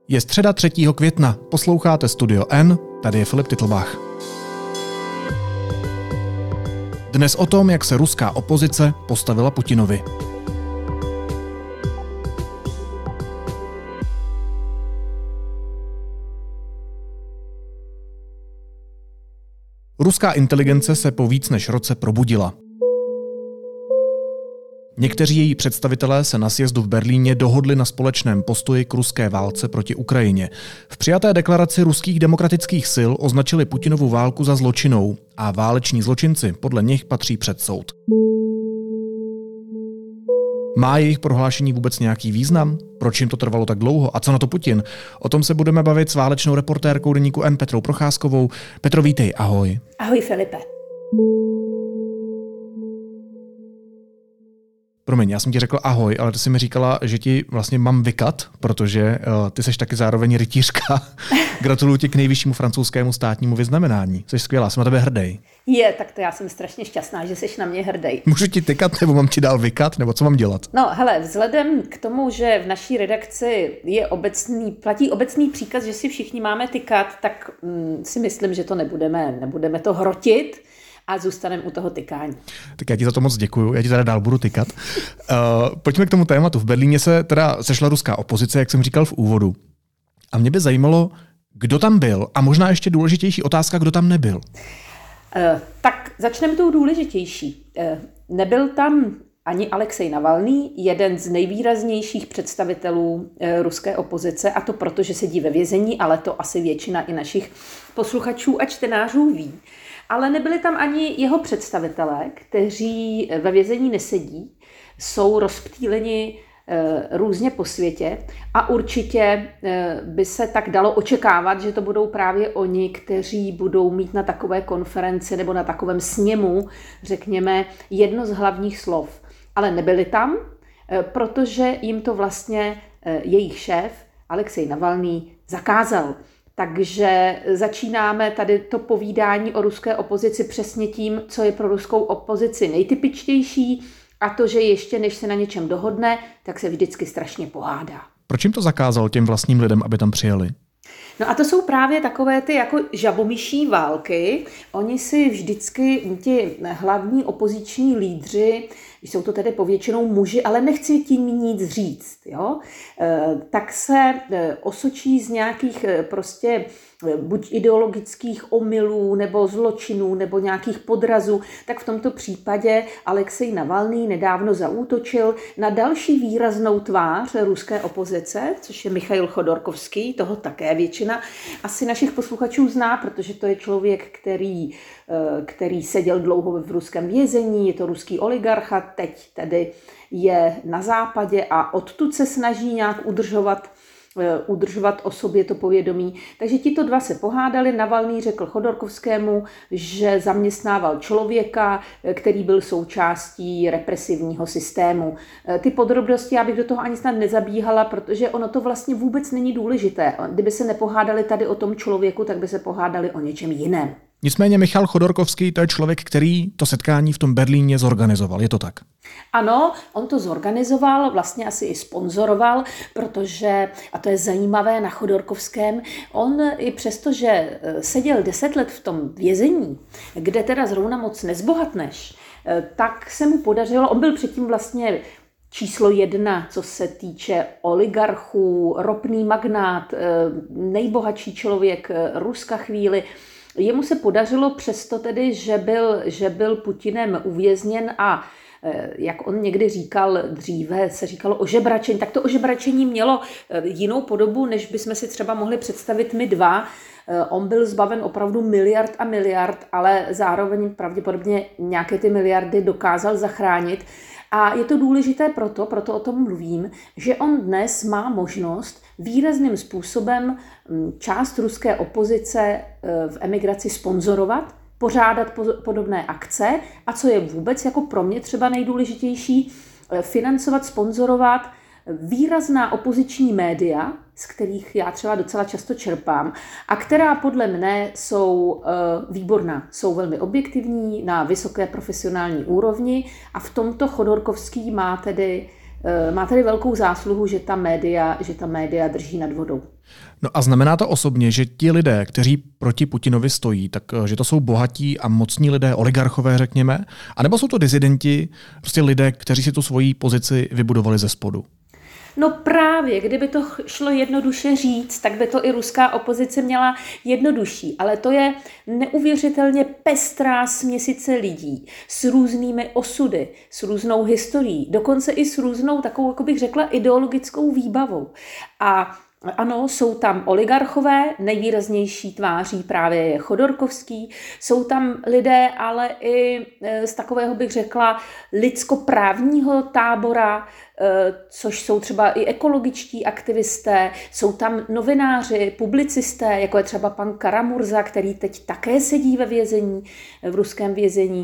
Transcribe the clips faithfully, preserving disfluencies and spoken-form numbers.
Je středa třetího května, posloucháte Studio N, tady je Filip Titlbach. Dnes o tom, jak se ruská opozice postavila Putinovi. Ruská inteligence se po víc než roce probudila. Někteří její představitelé se na sjezdu v Berlíně dohodli na společném postoji k ruské válce proti Ukrajině. V přijaté deklaraci ruských demokratických sil označili Putinovu válku za zločinnou a váleční zločinci podle nich patří před soud. Má jejich prohlášení vůbec nějaký význam? Proč jim to trvalo tak dlouho? A co na to Putin? O tom se budeme bavit s válečnou reportérkou deníku N Petrou Procházkovou. Petro, vítej, ahoj. Ahoj, Filipe. Promiň, já jsem ti řekl ahoj, ale ty jsi mi říkala, že ti vlastně mám vykat, protože uh, ty seš taky zároveň rytířka. Gratuluju ti k nejvyššímu francouzskému státnímu vyznamenání. Jsi skvělá, jsem na tebe hrdý. Je, tak to já jsem strašně šťastná, že jsi na mě hrdý. Můžu ti tykat, nebo mám ti dál vykat, nebo co mám dělat? No, hele, vzhledem k tomu, že v naší redakci je obecný, platí obecný příkaz, že si všichni máme tykat, tak mm, si myslím, že to nebudeme, nebudeme to hrotit. A zůstaneme u toho tykání. Tak já ti za to moc děkuju, já ti teda dál budu tykat. Uh, pojďme k tomu tématu. V Berlíně se teda sešla ruská opozice, jak jsem říkal v úvodu. A mě by zajímalo, kdo tam byl a možná ještě důležitější otázka, kdo tam nebyl. Uh, tak začneme tou důležitější. Uh, nebyl tam ani Alexej Navalný, jeden z nejvýraznějších představitelů uh, ruské opozice, a to proto, že sedí ve vězení, ale to asi většina i našich posluchačů a čtenářů ví. Ale nebyli tam ani jeho představitelé, kteří ve vězení nesedí, jsou rozptýleni e, různě po světě a určitě e, by se tak dalo očekávat, že to budou právě oni, kteří budou mít na takové konferenci nebo na takovém sněmu, řekněme, jedno z hlavních slov. Ale nebyli tam, e, protože jim to vlastně e, jejich šéf Alexej Navalný zakázal. Takže začínáme tady to povídání o ruské opozici přesně tím, co je pro ruskou opozici nejtypičtější, a to, že ještě než se na něčem dohodne, tak se vždycky strašně pohádá. Proč jim to zakázal těm vlastním lidem, aby tam přijeli? No a to jsou právě takové ty jako žabomyší války. Oni si vždycky, ti hlavní opoziční lídři, jsou to tedy povětšinou muži, ale nechci tím nic říct, jo? E, tak se osočí z nějakých prostě buď ideologických omylů, nebo zločinů, nebo nějakých podrazů. Tak v tomto případě Alexej Navalný nedávno zaútočil na další výraznou tvář ruské opozice, což je Michail Chodorkovský, toho také většina asi našich posluchačů zná, protože to je člověk, který, který seděl dlouho v ruském vězení, je to ruský oligarcha, teď tedy je na západě a odtud se snaží nějak udržovat udržovat o sobě to povědomí. Takže tito dva se pohádali. Navalný řekl Chodorkovskému, že zaměstnával člověka, který byl součástí represivního systému. Ty podrobnosti já bych do toho ani snad nezabíhala, protože ono to vlastně vůbec není důležité. Kdyby se nepohádali tady o tom člověku, tak by se pohádali o něčem jiném. Nicméně Michal Chodorkovský, to je člověk, který to setkání v tom Berlíně zorganizoval, je to tak? Ano, on to zorganizoval, vlastně asi i sponzoroval, protože, a to je zajímavé na Chodorkovském, on i přesto, že seděl deset let v tom vězení, kde teda zrovna moc nezbohatneš, tak se mu podařilo, on byl předtím vlastně číslo jedna, co se týče oligarchů, ropný magnát, nejbohatší člověk Ruska chvíli. Jemu se podařilo přesto tedy, že byl, že byl Putinem uvězněn a jak on někdy říkal, dříve se říkalo ožebračení, tak to ožebračení mělo jinou podobu, než bychom si třeba mohli představit my dva. On byl zbaven opravdu miliard a miliard, ale zároveň pravděpodobně nějaké ty miliardy dokázal zachránit. A je to důležité proto, proto o tom mluvím, že on dnes má možnost výrazným způsobem část ruské opozice v emigraci sponzorovat, pořádat podobné akce a co je vůbec jako pro mě třeba nejdůležitější, financovat, sponzorovat výrazná opoziční média, z kterých já třeba docela často čerpám a která podle mne jsou e, výborná, jsou velmi objektivní, na vysoké profesionální úrovni a v tomto Chodorkovský má tedy má tady velkou zásluhu, že ta média, že ta média drží nad vodou. No a znamená to osobně, že ti lidé, kteří proti Putinovi stojí, tak že to jsou bohatí a mocní lidé, oligarchové, řekněme, anebo jsou to dizidenti, prostě lidé, kteří si tu svoji pozici vybudovali ze spodu? No právě, kdyby to šlo jednoduše říct, tak by to i ruská opozice měla jednodušší, ale to je neuvěřitelně pestrá směsice lidí s různými osudy, s různou historií, dokonce i s různou takovou, jako bych řekla, ideologickou výbavou. A ano, jsou tam oligarchové, nejvýraznější tváří právě je Chodorkovský, jsou tam lidé, ale i z takového bych řekla lidskoprávního tábora, což jsou třeba i ekologičtí aktivisté, jsou tam novináři, publicisté, jako je třeba pan Karamurza, který teď také sedí ve vězení, v ruském vězení.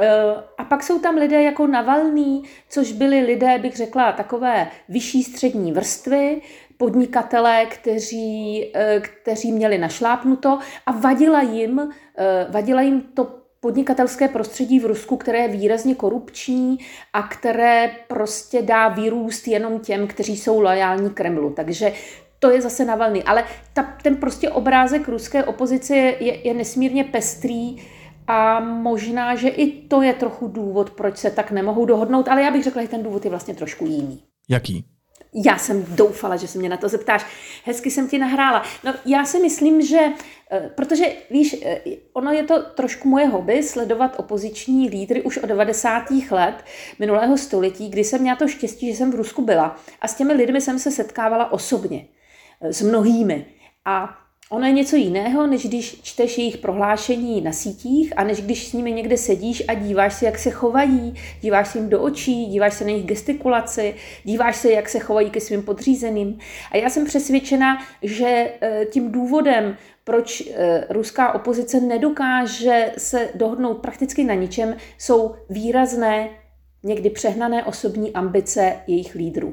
A pak jsou tam lidé jako Navalný, což byli lidé, bych řekla, takové vyšší střední vrstvy, podnikatelé, kteří, kteří měli našlápnuto a vadila jim, vadila jim to podnikatelské prostředí v Rusku, které je výrazně korupční a které prostě dá vyrůst jenom těm, kteří jsou loajální Kremlu. Takže to je zase Navalný. Ale ta, ten prostě obrázek ruské opozice je, je, je nesmírně pestrý a možná, že i to je trochu důvod, proč se tak nemohou dohodnout, ale já bych řekla, že ten důvod je vlastně trošku jiný. Jaký? Já jsem doufala, že se mě na to zeptáš. Hezky jsem ti nahrála. No, já si myslím, že, protože víš, ono je to trošku moje hobby, sledovat opoziční lídry už od devadesátých let minulého století, kdy jsem měla to štěstí, že jsem v Rusku byla. A s těmi lidmi jsem se setkávala osobně. S mnohými. A ono je něco jiného, než když čteš jejich prohlášení na sítích a než když s nimi někde sedíš a díváš se, jak se chovají, díváš se jim do očí, díváš se na jejich gestikulaci, díváš se, jak se chovají ke svým podřízeným. A já jsem přesvědčena, že tím důvodem, proč ruská opozice nedokáže se dohodnout prakticky na ničem, jsou výrazné, někdy přehnané osobní ambice jejich lídrů.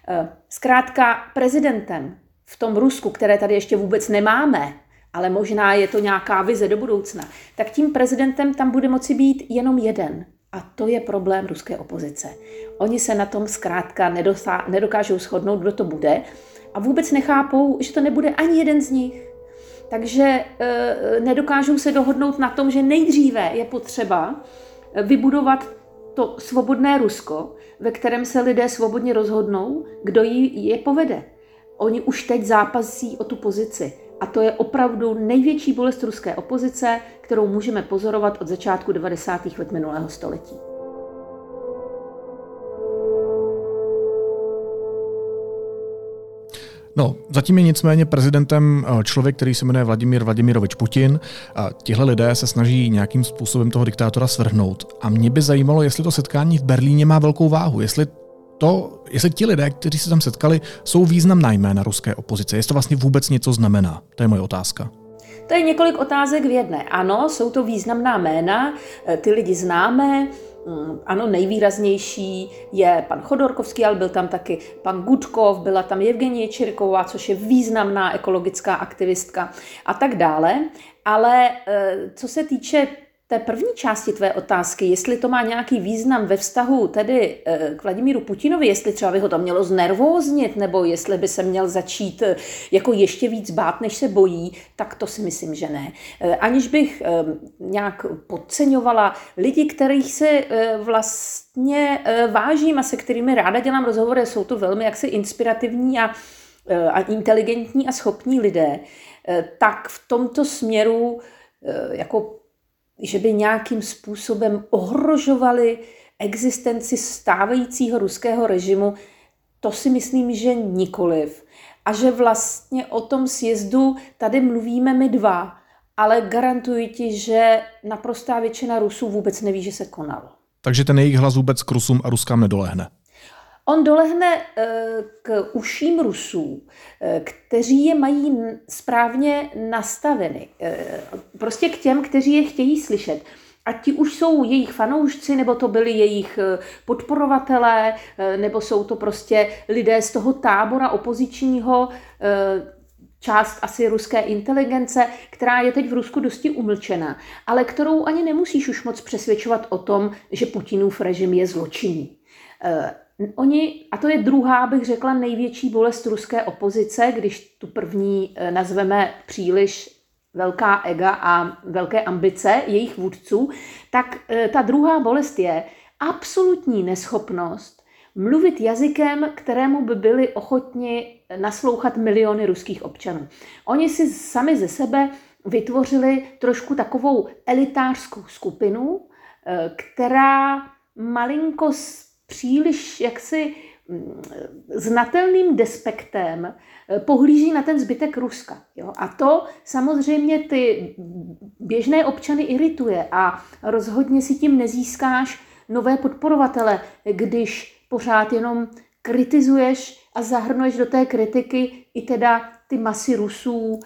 Zkrátka prezidentem v tom Rusku, které tady ještě vůbec nemáme, ale možná je to nějaká vize do budoucna, tak tím prezidentem tam bude moci být jenom jeden. A to je problém ruské opozice. Oni se na tom zkrátka nedokážou shodnout, kdo to bude a vůbec nechápou, že to nebude ani jeden z nich. Takže e, nedokážou se dohodnout na tom, že nejdříve je potřeba vybudovat to svobodné Rusko, ve kterém se lidé svobodně rozhodnou, kdo ji je povede. Oni už teď zápasí o tu pozici. A to je opravdu největší bolest ruské opozice, kterou můžeme pozorovat od začátku devadesátých let minulého století. No, zatím je nicméně prezidentem člověk, který se jmenuje Vladimír Vladimirovič Putin. A tihle lidé se snaží nějakým způsobem toho diktátora svrhnout. A mě by zajímalo, jestli to setkání v Berlíně má velkou váhu, jestli to, jestli ti lidé, kteří se tam setkali, jsou významná jména ruské opozice, jestli to vlastně vůbec něco znamená. To je moje otázka. To je několik otázek v jedné. Ano, jsou to významná jména, ty lidi známe. Ano, nejvýraznější je pan Chodorkovský, ale byl tam taky pan Gudkov, byla tam Jevgenie Čiriková, což je významná ekologická aktivistka a tak dále. Ale co se týče té první části tvé otázky, jestli to má nějaký význam ve vztahu tedy k Vladimíru Putinovi, jestli třeba by ho to mělo znervóznit, nebo jestli by se měl začít jako ještě víc bát, než se bojí, tak to si myslím, že ne. Aniž bych nějak podceňovala lidi, kterých se vlastně vážím a se kterými ráda dělám rozhovory, jsou to velmi jaksi inspirativní a, a inteligentní a schopní lidé, tak v tomto směru jako že by nějakým způsobem ohrožovali existenci stávajícího ruského režimu, to si myslím, že nikoliv. A že vlastně o tom sjezdu tady mluvíme my dva, ale garantuji ti, že naprostá většina Rusů vůbec neví, že se konalo. Takže ten jejich hlas vůbec k Rusům a Ruskám nedolehne? On dolehne k uším Rusů, kteří je mají správně nastaveny. Prostě k těm, kteří je chtějí slyšet. A ti už jsou jejich fanoušci, nebo to byli jejich podporovatelé, nebo jsou to prostě lidé z toho tábora opozičního, část asi ruské inteligence, která je teď v Rusku dosti umlčená, ale kterou ani nemusíš už moc přesvědčovat o tom, že Putinův režim je zločinný. Oni, a to je druhá, bych řekla, největší bolest ruské opozice, když tu první nazveme příliš velká ega a velké ambice jejich vůdců, tak ta druhá bolest je absolutní neschopnost mluvit jazykem, kterému by byli ochotni naslouchat miliony ruských občanů. Oni si sami ze sebe vytvořili trošku takovou elitářskou skupinu, která malinko příliš jaksi znatelným despektem pohlíží na ten zbytek Ruska. Jo? A to samozřejmě ty běžné občany irituje a rozhodně si tím nezískáš nové podporovatele, když pořád jenom kritizuješ a zahrnuješ do té kritiky i teda ty masy Rusů,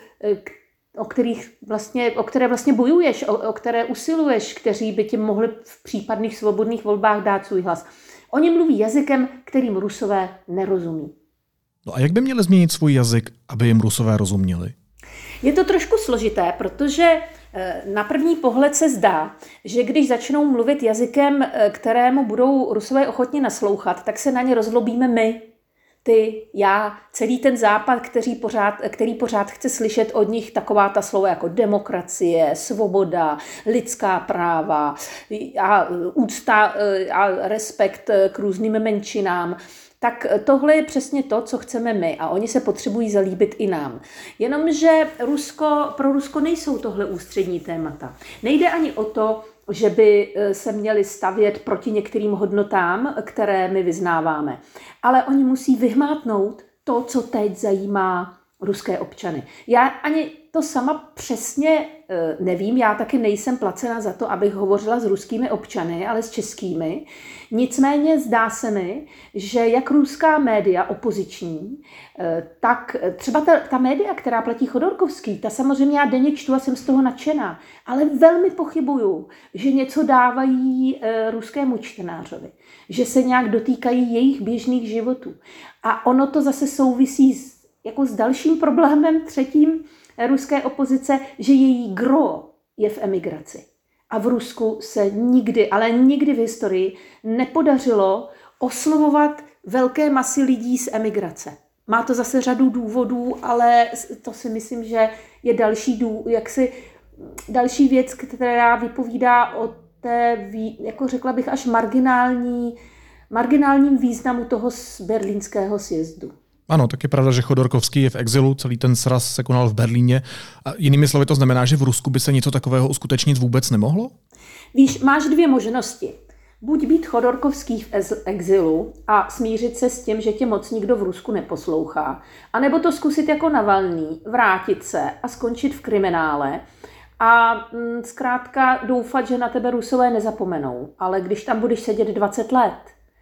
o, kterých vlastně, o které vlastně bojuješ, o, o které usiluješ, kteří by ti mohli v případných svobodných volbách dát svůj hlas. Oni mluví jazykem, kterým Rusové nerozumí. No a jak by měli změnit svůj jazyk, aby jim Rusové rozuměli? Je to trošku složité, protože na první pohled se zdá, že když začnou mluvit jazykem, kterému budou Rusové ochotně naslouchat, tak se na ně rozlobíme my, ty, já, celý ten západ, který pořád, který pořád chce slyšet od nich taková ta slova jako demokracie, svoboda, lidská práva a úcta a respekt k různým menšinám. Tak tohle je přesně to, co chceme my a oni se potřebují zalíbit i nám. Jenomže Rusko, pro Rusko nejsou tohle ústřední témata. Nejde ani o to, že by se měli stavět proti některým hodnotám, které my vyznáváme. Ale oni musí vyhmátnout to, co teď zajímá ruské občany. Já ani to sama přesně nevím, já taky nejsem placena za to, abych hovořila s ruskými občany, ale s českými. Nicméně zdá se mi, že jak ruská média opoziční, tak třeba ta, ta média, která platí Chodorkovský, ta samozřejmě já denně čtu a jsem z toho nadšená, ale velmi pochybuju, že něco dávají ruskému čtenářovi, že se nějak dotýkají jejich běžných životů. A ono to zase souvisí s, jako s dalším problémem třetím ruské opozice, že její gro je v emigraci. A v Rusku se nikdy, ale nikdy v historii nepodařilo oslovovat velké masy lidí z emigrace. Má to zase řadu důvodů, ale to si myslím, že je další, dů, jaksi, další věc, která vypovídá o té, jako řekla bych, až marginální, marginálním významu toho berlínského sjezdu. Ano, tak je pravda, že Chodorkovský je v exilu, celý ten sraz se konal v Berlíně. A jinými slovy to znamená, že v Rusku by se něco takového uskutečnit vůbec nemohlo? Víš, máš dvě možnosti. Buď být Chodorkovský v exilu a smířit se s tím, že tě moc nikdo v Rusku neposlouchá, anebo to zkusit jako Navalný, vrátit se a skončit v kriminále a mm, zkrátka doufat, že na tebe Rusové nezapomenou. Ale když tam budeš sedět dvacet let,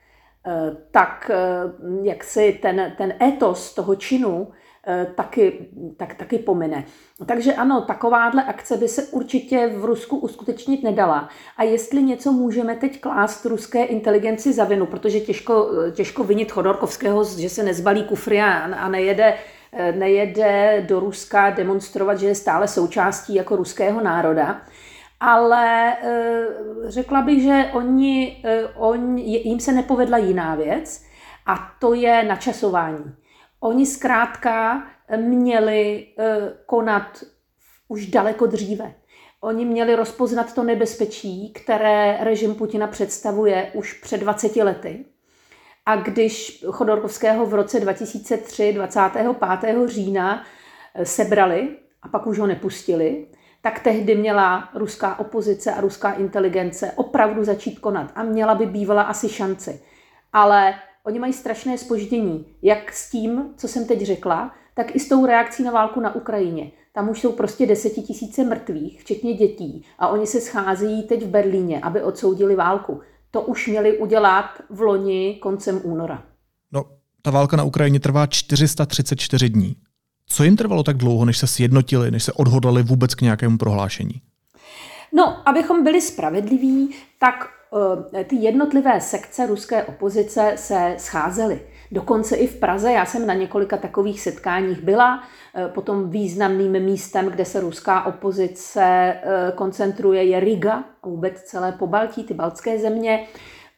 tak jak si ten, ten étos toho činu taky, tak, taky pomine. Takže ano, takováhle akce by se určitě v Rusku uskutečnit nedala. A jestli něco můžeme teď klást ruské inteligenci za vinu, protože těžko, těžko vinit Chodorkovského, že se nezbalí kufry a nejede, nejede do Ruska demonstrovat, že je stále součástí jako ruského národa, ale řekla bych, že oni, on, jim se nepovedla jiná věc a to je načasování. Oni zkrátka měli konat už daleko dříve. Oni měli rozpoznat to nebezpečí, které režim Putina představuje už před dvaceti lety. A když Chodorkovského v roce dva tisíce tři, dvacátého pátého října sebrali a pak už ho nepustili, tak tehdy měla ruská opozice a ruská inteligence opravdu začít konat a měla by bývala asi šanci. Ale oni mají strašné zpoždění, jak s tím, co jsem teď řekla, tak i s tou reakcí na válku na Ukrajině. Tam už jsou prostě desetitisíce mrtvých, včetně dětí, a oni se scházejí teď v Berlíně, aby odsoudili válku. To už měli udělat v loni koncem února. No, ta válka na Ukrajině trvá čtyři sta třicet čtyři dní. Co jim trvalo tak dlouho, než se sjednotili, než se odhodlali vůbec k nějakému prohlášení? No, abychom byli spravedliví, tak uh, ty jednotlivé sekce ruské opozice se scházely. Dokonce i v Praze, já jsem na několika takových setkáních byla, uh, potom významným místem, kde se ruská opozice uh, koncentruje, je Riga, vůbec celé Pobaltí, ty baltské země.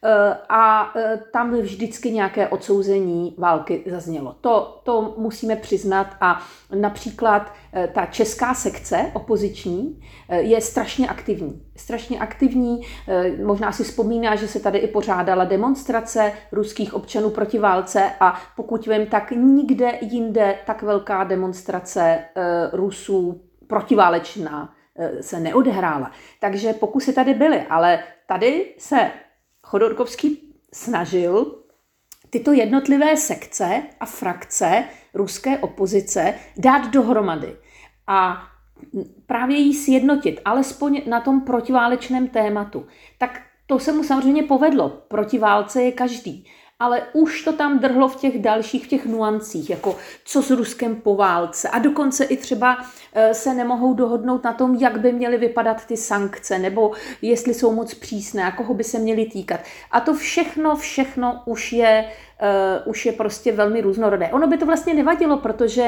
a tam vždycky nějaké odsouzení války zaznělo. To, to musíme přiznat a například ta česká sekce opoziční je strašně aktivní. Strašně aktivní, možná si vzpomíná, že se tady i pořádala demonstrace ruských občanů proti válce a pokud vím, tak nikde jinde tak velká demonstrace Rusů protiválečná se neodehrála. Takže pokusy tady byly, ale tady se Chodorkovský snažil tyto jednotlivé sekce a frakce ruské opozice dát dohromady a právě jí sjednotit, alespoň na tom protiválečném tématu. Tak to se mu samozřejmě povedlo. Proti válce je každý. Ale už to tam drhlo v těch dalších, v těch nuancích, jako co s Ruskem po válce. A dokonce i třeba se nemohou dohodnout na tom, jak by měly vypadat ty sankce, nebo jestli jsou moc přísné, a koho by se měly týkat. A to všechno, všechno už je, uh, už je prostě velmi různorodé. Ono by to vlastně nevadilo, protože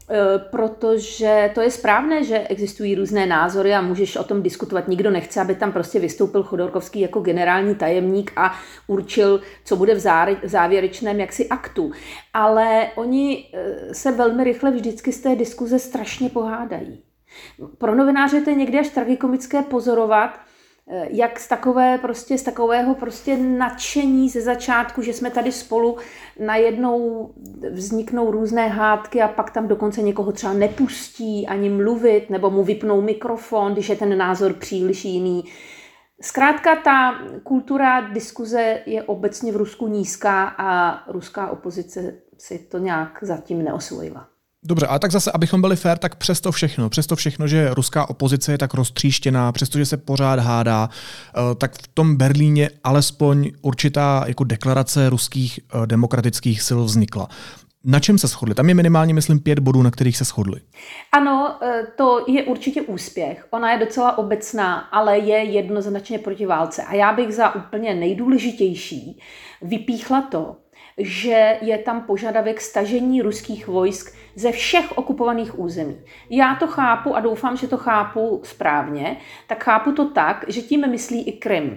protože to je správné, že existují různé názory a můžeš o tom diskutovat. Nikdo nechce, aby tam prostě vystoupil Chodorkovský jako generální tajemník a určil, co bude v závěrečném jaksi aktu. Ale oni se velmi rychle vždycky z té diskuze strašně pohádají. Pro novináře to je někdy až tragikomické pozorovat, jak z, takové prostě, z takového prostě nadšení ze začátku, že jsme tady spolu, najednou vzniknou různé hádky a pak tam dokonce někoho třeba nepustí ani mluvit, nebo mu vypnou mikrofon, když je ten názor příliš jiný. Zkrátka ta kultura diskuze je obecně v Rusku nízká a ruská opozice si to nějak zatím neosvojila. Dobře, ale tak zase, abychom byli fér, tak přesto všechno, přesto všechno, že ruská opozice je tak roztříštěná, přestože se pořád hádá, tak v tom Berlíně alespoň určitá jako deklarace ruských demokratických sil vznikla. Na čem se shodli? Tam je minimálně, myslím, pět bodů, na kterých se shodli. Ano, to je určitě úspěch. Ona je docela obecná, ale je jednoznačně proti válce. A já bych za úplně nejdůležitější vypíchla to, že je tam požadavek stažení ruských vojsk ze všech okupovaných území. Já to chápu a doufám, že to chápu správně, tak chápu to tak, že tím myslí i Krym.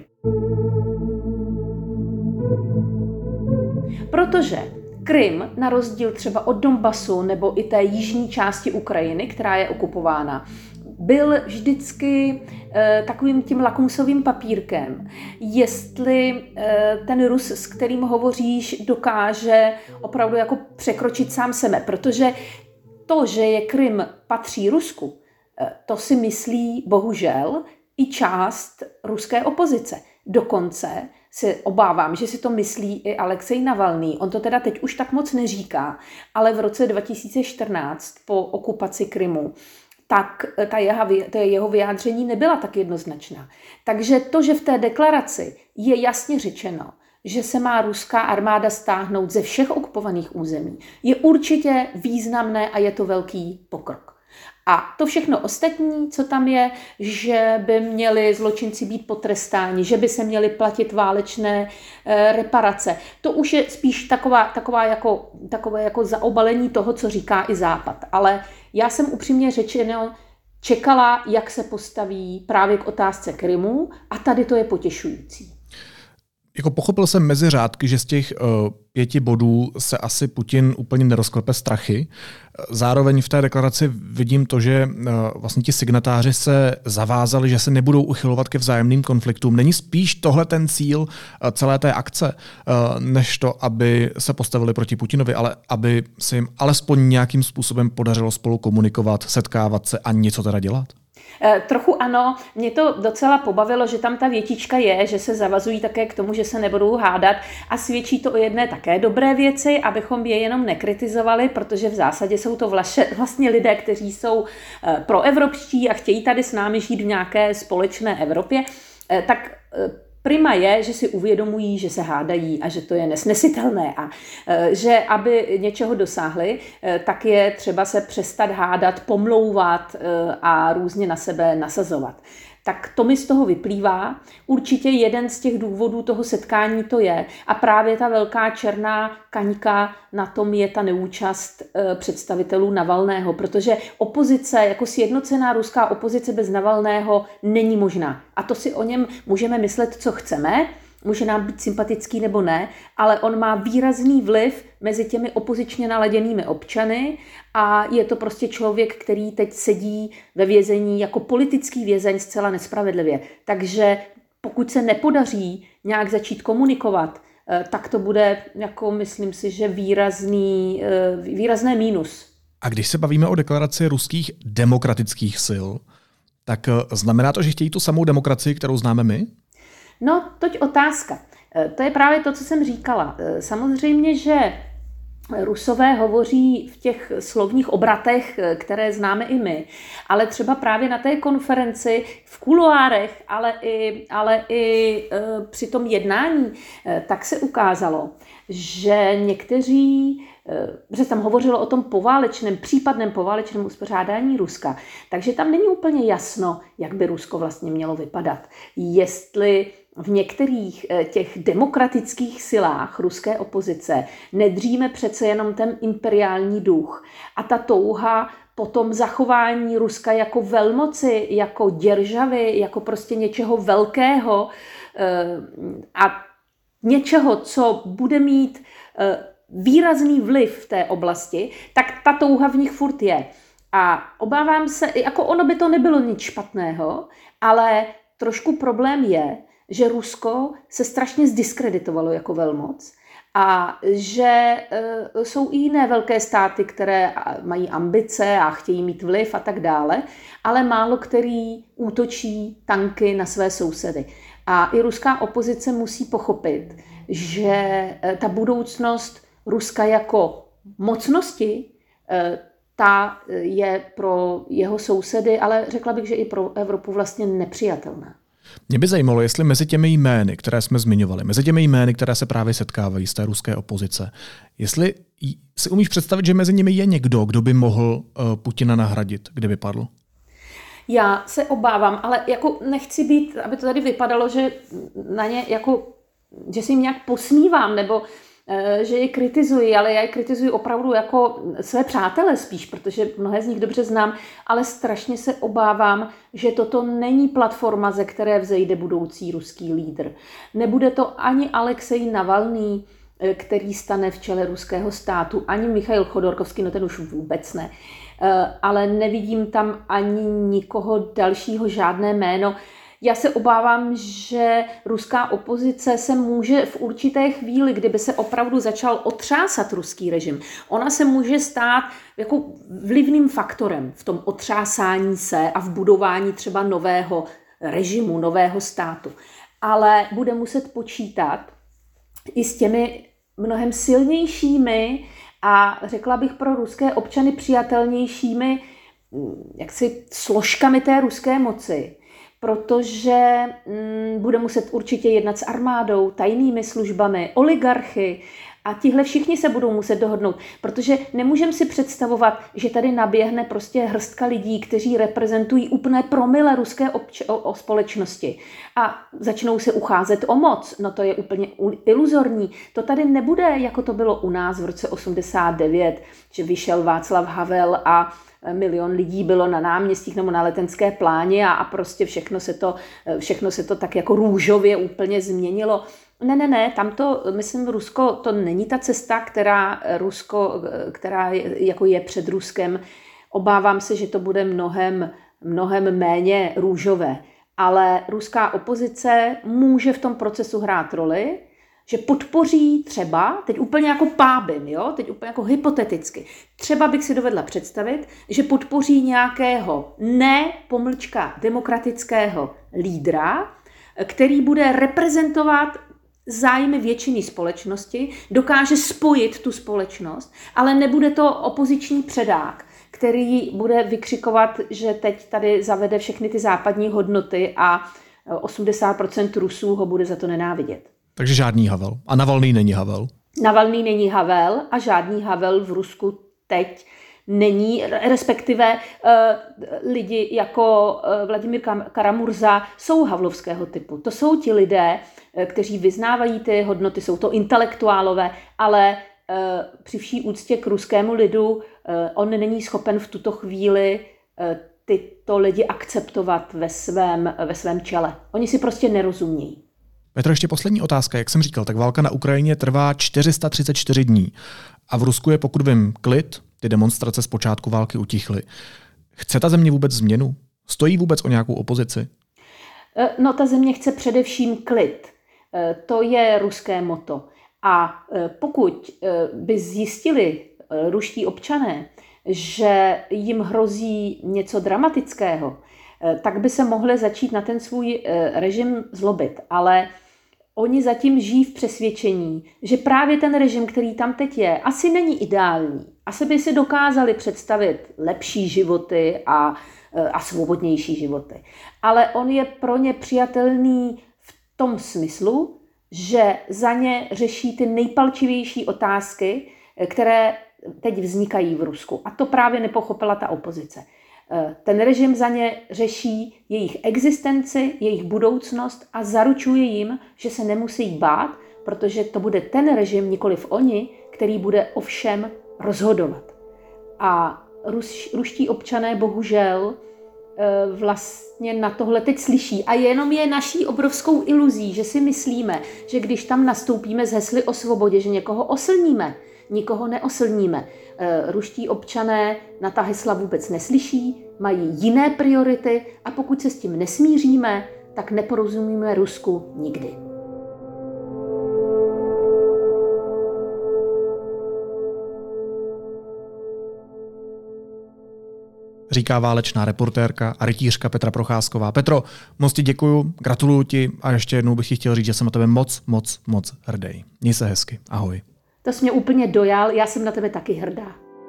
Protože Krym, na rozdíl třeba od Donbasu nebo i té jižní části Ukrajiny, která je okupována, byl vždycky e, takovým tím lakmusovým papírkem, jestli e, ten Rus, s kterým hovoříš, dokáže opravdu jako překročit sám sebe, protože to, že je Krym patří Rusku, e, to si myslí bohužel i část ruské opozice. Dokonce se obávám, že si to myslí i Alexej Navalný. On to teda teď už tak moc neříká, ale v roce dva tisíce čtrnáct po okupaci Krymu tak ta jeho, ta jeho vyjádření nebyla tak jednoznačná. Takže to, že v té deklaraci je jasně řečeno, že se má ruská armáda stáhnout ze všech okupovaných území, je určitě významné a je to velký pokrok. A to všechno ostatní, co tam je, že by měli zločinci být potrestáni, že by se měly platit válečné e, reparace. To už je spíš taková, taková jako, takové jako zaobalení toho, co říká i Západ. Ale já jsem upřímně řečeno čekala, jak se postaví právě k otázce Krymu a tady to je potěšující. Jako pochopil jsem mezi řádky, že z těch uh, pěti bodů se asi Putin úplně nerozklepe strachy. Zároveň v té deklaraci vidím to, že uh, vlastně ti signatáři se zavázali, že se nebudou uchylovat ke vzájemným konfliktům. Není spíš tohle ten cíl uh, celé té akce, uh, než to, aby se postavili proti Putinovi, ale aby se jim alespoň nějakým způsobem podařilo spolu komunikovat, setkávat se a něco teda dělat? Trochu ano, mě to docela pobavilo, že tam ta větička je, že se zavazují také k tomu, že se nebudou hádat a svědčí to o jedné také dobré věci, abychom je jenom nekritizovali, protože v zásadě jsou to vlastně lidé, kteří jsou proevropští a chtějí tady s námi žít v nějaké společné Evropě, tak prima je, že si uvědomují, že se hádají a že to je nesnesitelné a že aby něčeho dosáhli, tak je třeba se přestat hádat, pomlouvat a různě na sebe nasazovat. Tak to mi z toho vyplývá. Určitě jeden z těch důvodů toho setkání to je. A právě ta velká černá kaňka na tom je ta neúčast představitelů Navalného, protože opozice, jako sjednocená ruská opozice bez Navalného není možná. A to si o něm můžeme myslet, co chceme, může nám být sympatický nebo ne, ale on má výrazný vliv mezi těmi opozičně naladěnými občany a je to prostě člověk, který teď sedí ve vězení jako politický vězeň zcela nespravedlivě. Takže pokud se nepodaří nějak začít komunikovat, tak to bude, jako myslím si, že výrazný, výrazné mínus. A když se bavíme o deklaraci ruských demokratických sil, tak znamená to, že chtějí tu samou demokracii, kterou známe my? No, toť otázka. To je právě to, co jsem říkala. Samozřejmě, že Rusové hovoří v těch slovních obratech, které známe i my, ale třeba právě na té konferenci, v kuloárech, ale i, ale i e, při tom jednání, e, tak se ukázalo, že někteří, e, že tam hovořilo o tom poválečném, případném poválečném uspořádání Ruska, takže tam není úplně jasno, jak by Rusko vlastně mělo vypadat. Jestli v některých těch demokratických silách ruské opozice nedříme přece jenom ten imperiální duch a ta touha po tom zachování Ruska jako velmoci, jako děržavy, jako prostě něčeho velkého a něčeho, co bude mít výrazný vliv v té oblasti, tak ta touha v nich furt je. A obávám se, jako ono by to nebylo nic špatného, ale trošku problém je, že Rusko se strašně zdiskreditovalo jako velmoc a že e, jsou i jiné velké státy, které mají ambice a chtějí mít vliv a tak dále, ale málo který útočí tanky na své sousedy. A i ruská opozice musí pochopit, že e, ta budoucnost Ruska jako mocnosti, e, ta je pro jeho sousedy, ale řekla bych, že i pro Evropu vlastně nepřijatelná. Mě by zajímalo, jestli mezi těmi jmény, které jsme zmiňovali, mezi těmi jmény, které se právě setkávají z té ruské opozice, jestli si umíš představit, že mezi nimi je někdo, kdo by mohl Putina nahradit, kdyby padl? Já se obávám, ale jako nechci být, aby to tady vypadalo, že na ně jako, že si jim nějak posmívám, nebo že je kritizuji, ale já je kritizuji opravdu jako své přátele spíš, protože mnohé z nich dobře znám, ale strašně se obávám, že toto není platforma, ze které vzejde budoucí ruský lídr. Nebude to ani Alexej Navalný, který stane v čele ruského státu, ani Michail Chodorkovský, no ten už vůbec ne, ale nevidím tam ani nikoho dalšího, žádné jméno. Já se obávám, že ruská opozice se může v určité chvíli, kdyby se opravdu začal otřásat ruský režim, ona se může stát jako vlivným faktorem v tom otřásání se a v budování třeba nového režimu, nového státu. Ale bude muset počítat i s těmi mnohem silnějšími a řekla bych pro ruské občany přijatelnějšími jaksi složkami té ruské moci. Protože mm, bude muset určitě jednat s armádou, tajnými službami, oligarchy a tihle všichni se budou muset dohodnout, protože nemůžeme si představovat, že tady naběhne prostě hrstka lidí, kteří reprezentují úplné promile ruské obč- o, o společnosti a začnou se ucházet o moc. No to je úplně iluzorní. To tady nebude, jako to bylo u nás v roce osmdesát devět, že vyšel Václav Havel a milion lidí bylo na náměstích nebo na Letenské pláni a, a prostě všechno se, to, všechno se to tak jako růžově úplně změnilo. Ne, ne, ne, tam to, myslím, Rusko, to není ta cesta, která, Rusko, která je, jako je před Ruskem. Obávám se, že to bude mnohem, mnohem méně růžové. Ale ruská opozice může v tom procesu hrát roli, že podpoří třeba, teď úplně jako pábin, jo? Teď úplně jako hypoteticky, třeba bych si dovedla představit, že podpoří nějakého ne pomlčka demokratického lídra, který bude reprezentovat zájmy většiny společnosti, dokáže spojit tu společnost, ale nebude to opoziční předák, který bude vykřikovat, že teď tady zavede všechny ty západní hodnoty a osmdesát procent Rusů ho bude za to nenávidět. Takže žádný Havel. A Navalný není Havel. Navalný není Havel a žádný Havel v Rusku teď není, respektive uh, lidi jako uh, Vladimír Karamurza jsou havlovského typu. To jsou ti lidé, uh, kteří vyznávají ty hodnoty, jsou to intelektuálové, ale uh, při vší úctě k ruskému lidu uh, on není schopen v tuto chvíli uh, tyto lidi akceptovat ve svém, ve svém čele. Oni si prostě nerozumějí. Petro, ještě poslední otázka. Jak jsem říkal, tak válka na Ukrajině trvá čtyři sta třicet čtyři dní. A v Rusku je, pokud vím, klid. Ty demonstrace z počátku války utichly. Chce ta země vůbec změnu? Stojí vůbec o nějakou opozici? No, ta země chce především klid. To je ruské motto. A pokud by zjistili ruští občané, že jim hrozí něco dramatického, tak by se mohli začít na ten svůj režim zlobit. Ale oni zatím žijí v přesvědčení, že právě ten režim, který tam teď je, asi není ideální. Asi by si dokázali představit lepší životy a, a svobodnější životy. Ale on je pro ně přijatelný v tom smyslu, že za ně řeší ty nejpalčivější otázky, které teď vznikají v Rusku. A to právě nepochopila ta opozice. Ten režim za ně řeší jejich existenci, jejich budoucnost a zaručuje jim, že se nemusí bát, protože to bude ten režim, nikoliv oni, který bude o všem rozhodovat. A ruš, ruští občané bohužel vlastně na tohle teď slyší. A jenom je naší obrovskou iluzí, že si myslíme, že když tam nastoupíme s hesly o svobodě, že někoho oslníme. Nikoho neoslníme. Ruští občané na ta hesla vůbec neslyší, mají jiné priority a pokud se s tím nesmíříme, tak neporozumíme Rusku nikdy. Říká válečná reportérka a rytířka Petra Procházková. Petro, moc ti děkuju, gratuluju ti a ještě jednou bych ti chtěl říct, že jsem na tebe moc, moc, moc hrdý. Měj se hezky. Ahoj. To jsi mě úplně dojal, já jsem na tebe taky hrdá.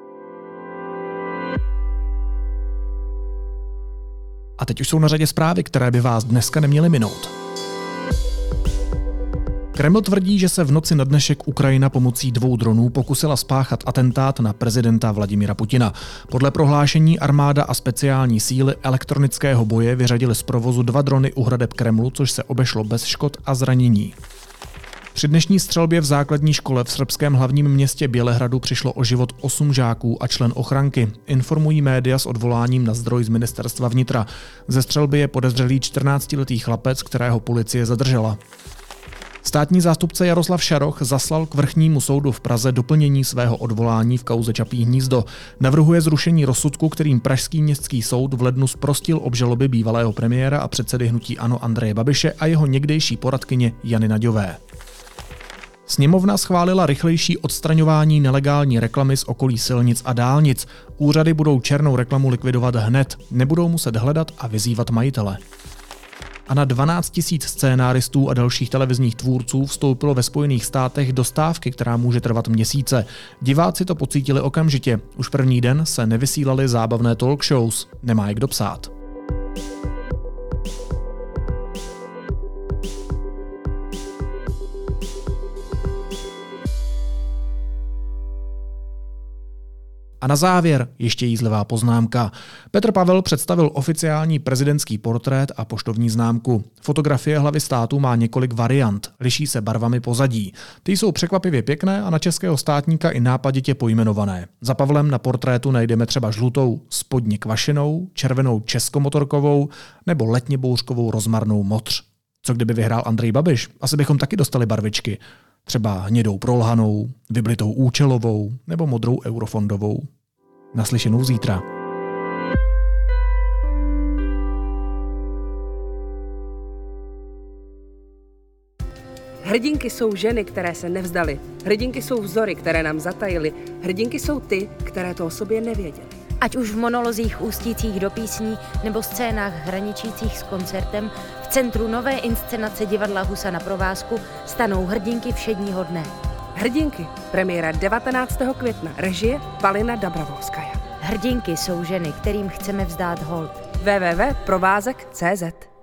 A teď už jsou na řadě zprávy, které by vás dneska neměly minout. Kreml tvrdí, že se v noci na dnešek Ukrajina pomocí dvou dronů pokusila spáchat atentát na prezidenta Vladimira Putina. Podle prohlášení armáda a speciální síly elektronického boje vyřadily z provozu dva drony u hradeb Kremlu, což se obešlo bez škod a zranění. Při dnešní střelbě v základní škole v srbském hlavním městě Bělehradu přišlo o život osm žáků a člen ochranky. Informují média s odvoláním na zdroj z ministerstva vnitra. Ze střelby je podezřelý čtrnáctiletý chlapec, kterého policie zadržela. Státní zástupce Jaroslav Šaroch zaslal k vrchnímu soudu v Praze doplnění svého odvolání v kauze Čapí hnízdo. Navrhuje zrušení rozsudku, kterým pražský městský soud v lednu zprostil obžaloby bývalého premiéra a předsedy hnutí ANO Andreje Babiše a jeho někdejší poradkyně Jany Naďové. Sněmovna schválila rychlejší odstraňování nelegální reklamy z okolí silnic a dálnic. Úřady budou černou reklamu likvidovat hned, nebudou muset hledat a vyzývat majitele. A na dvanáct tisíc scénáristů a dalších televizních tvůrců vstoupilo ve Spojených státech do stávky, která může trvat měsíce. Diváci to pocítili okamžitě. Už první den se nevysílaly zábavné talk shows. Nemá je kdo psát. A na závěr ještě jízlivá poznámka. Petr Pavel představil oficiální prezidentský portrét a poštovní známku. Fotografie hlavy státu má několik variant, liší se barvami pozadí. Ty jsou překvapivě pěkné a na českého státníka i nápaditě pojmenované. Za Pavlem na portrétu najdeme třeba žlutou spodně kvašenou, červenou českomotorkovou nebo letně bouřkovou rozmarnou motř. Co kdyby vyhrál Andrej Babiš? Asi bychom taky dostali barvičky. Třeba hnědou prolhanou, vyblitou účelovou nebo modrou eurofondovou. Naslyšenou zítra. Hrdinky jsou ženy, které se nevzdaly. Hrdinky jsou vzory, které nám zatajily. Hrdinky jsou ty, které to o sobě nevěděly. Ať už v monolozích ústících do písní nebo scénách hraničících s koncertem, v centru nové inscenace divadla Husa na provázku stanou hrdinky všedního dne. Hrdinky. Premiéra devatenáctého května. Režie Palina Dabravovskaja. Hrdinky jsou ženy, kterým chceme vzdát hold. w w w tečka provázek tečka cé zet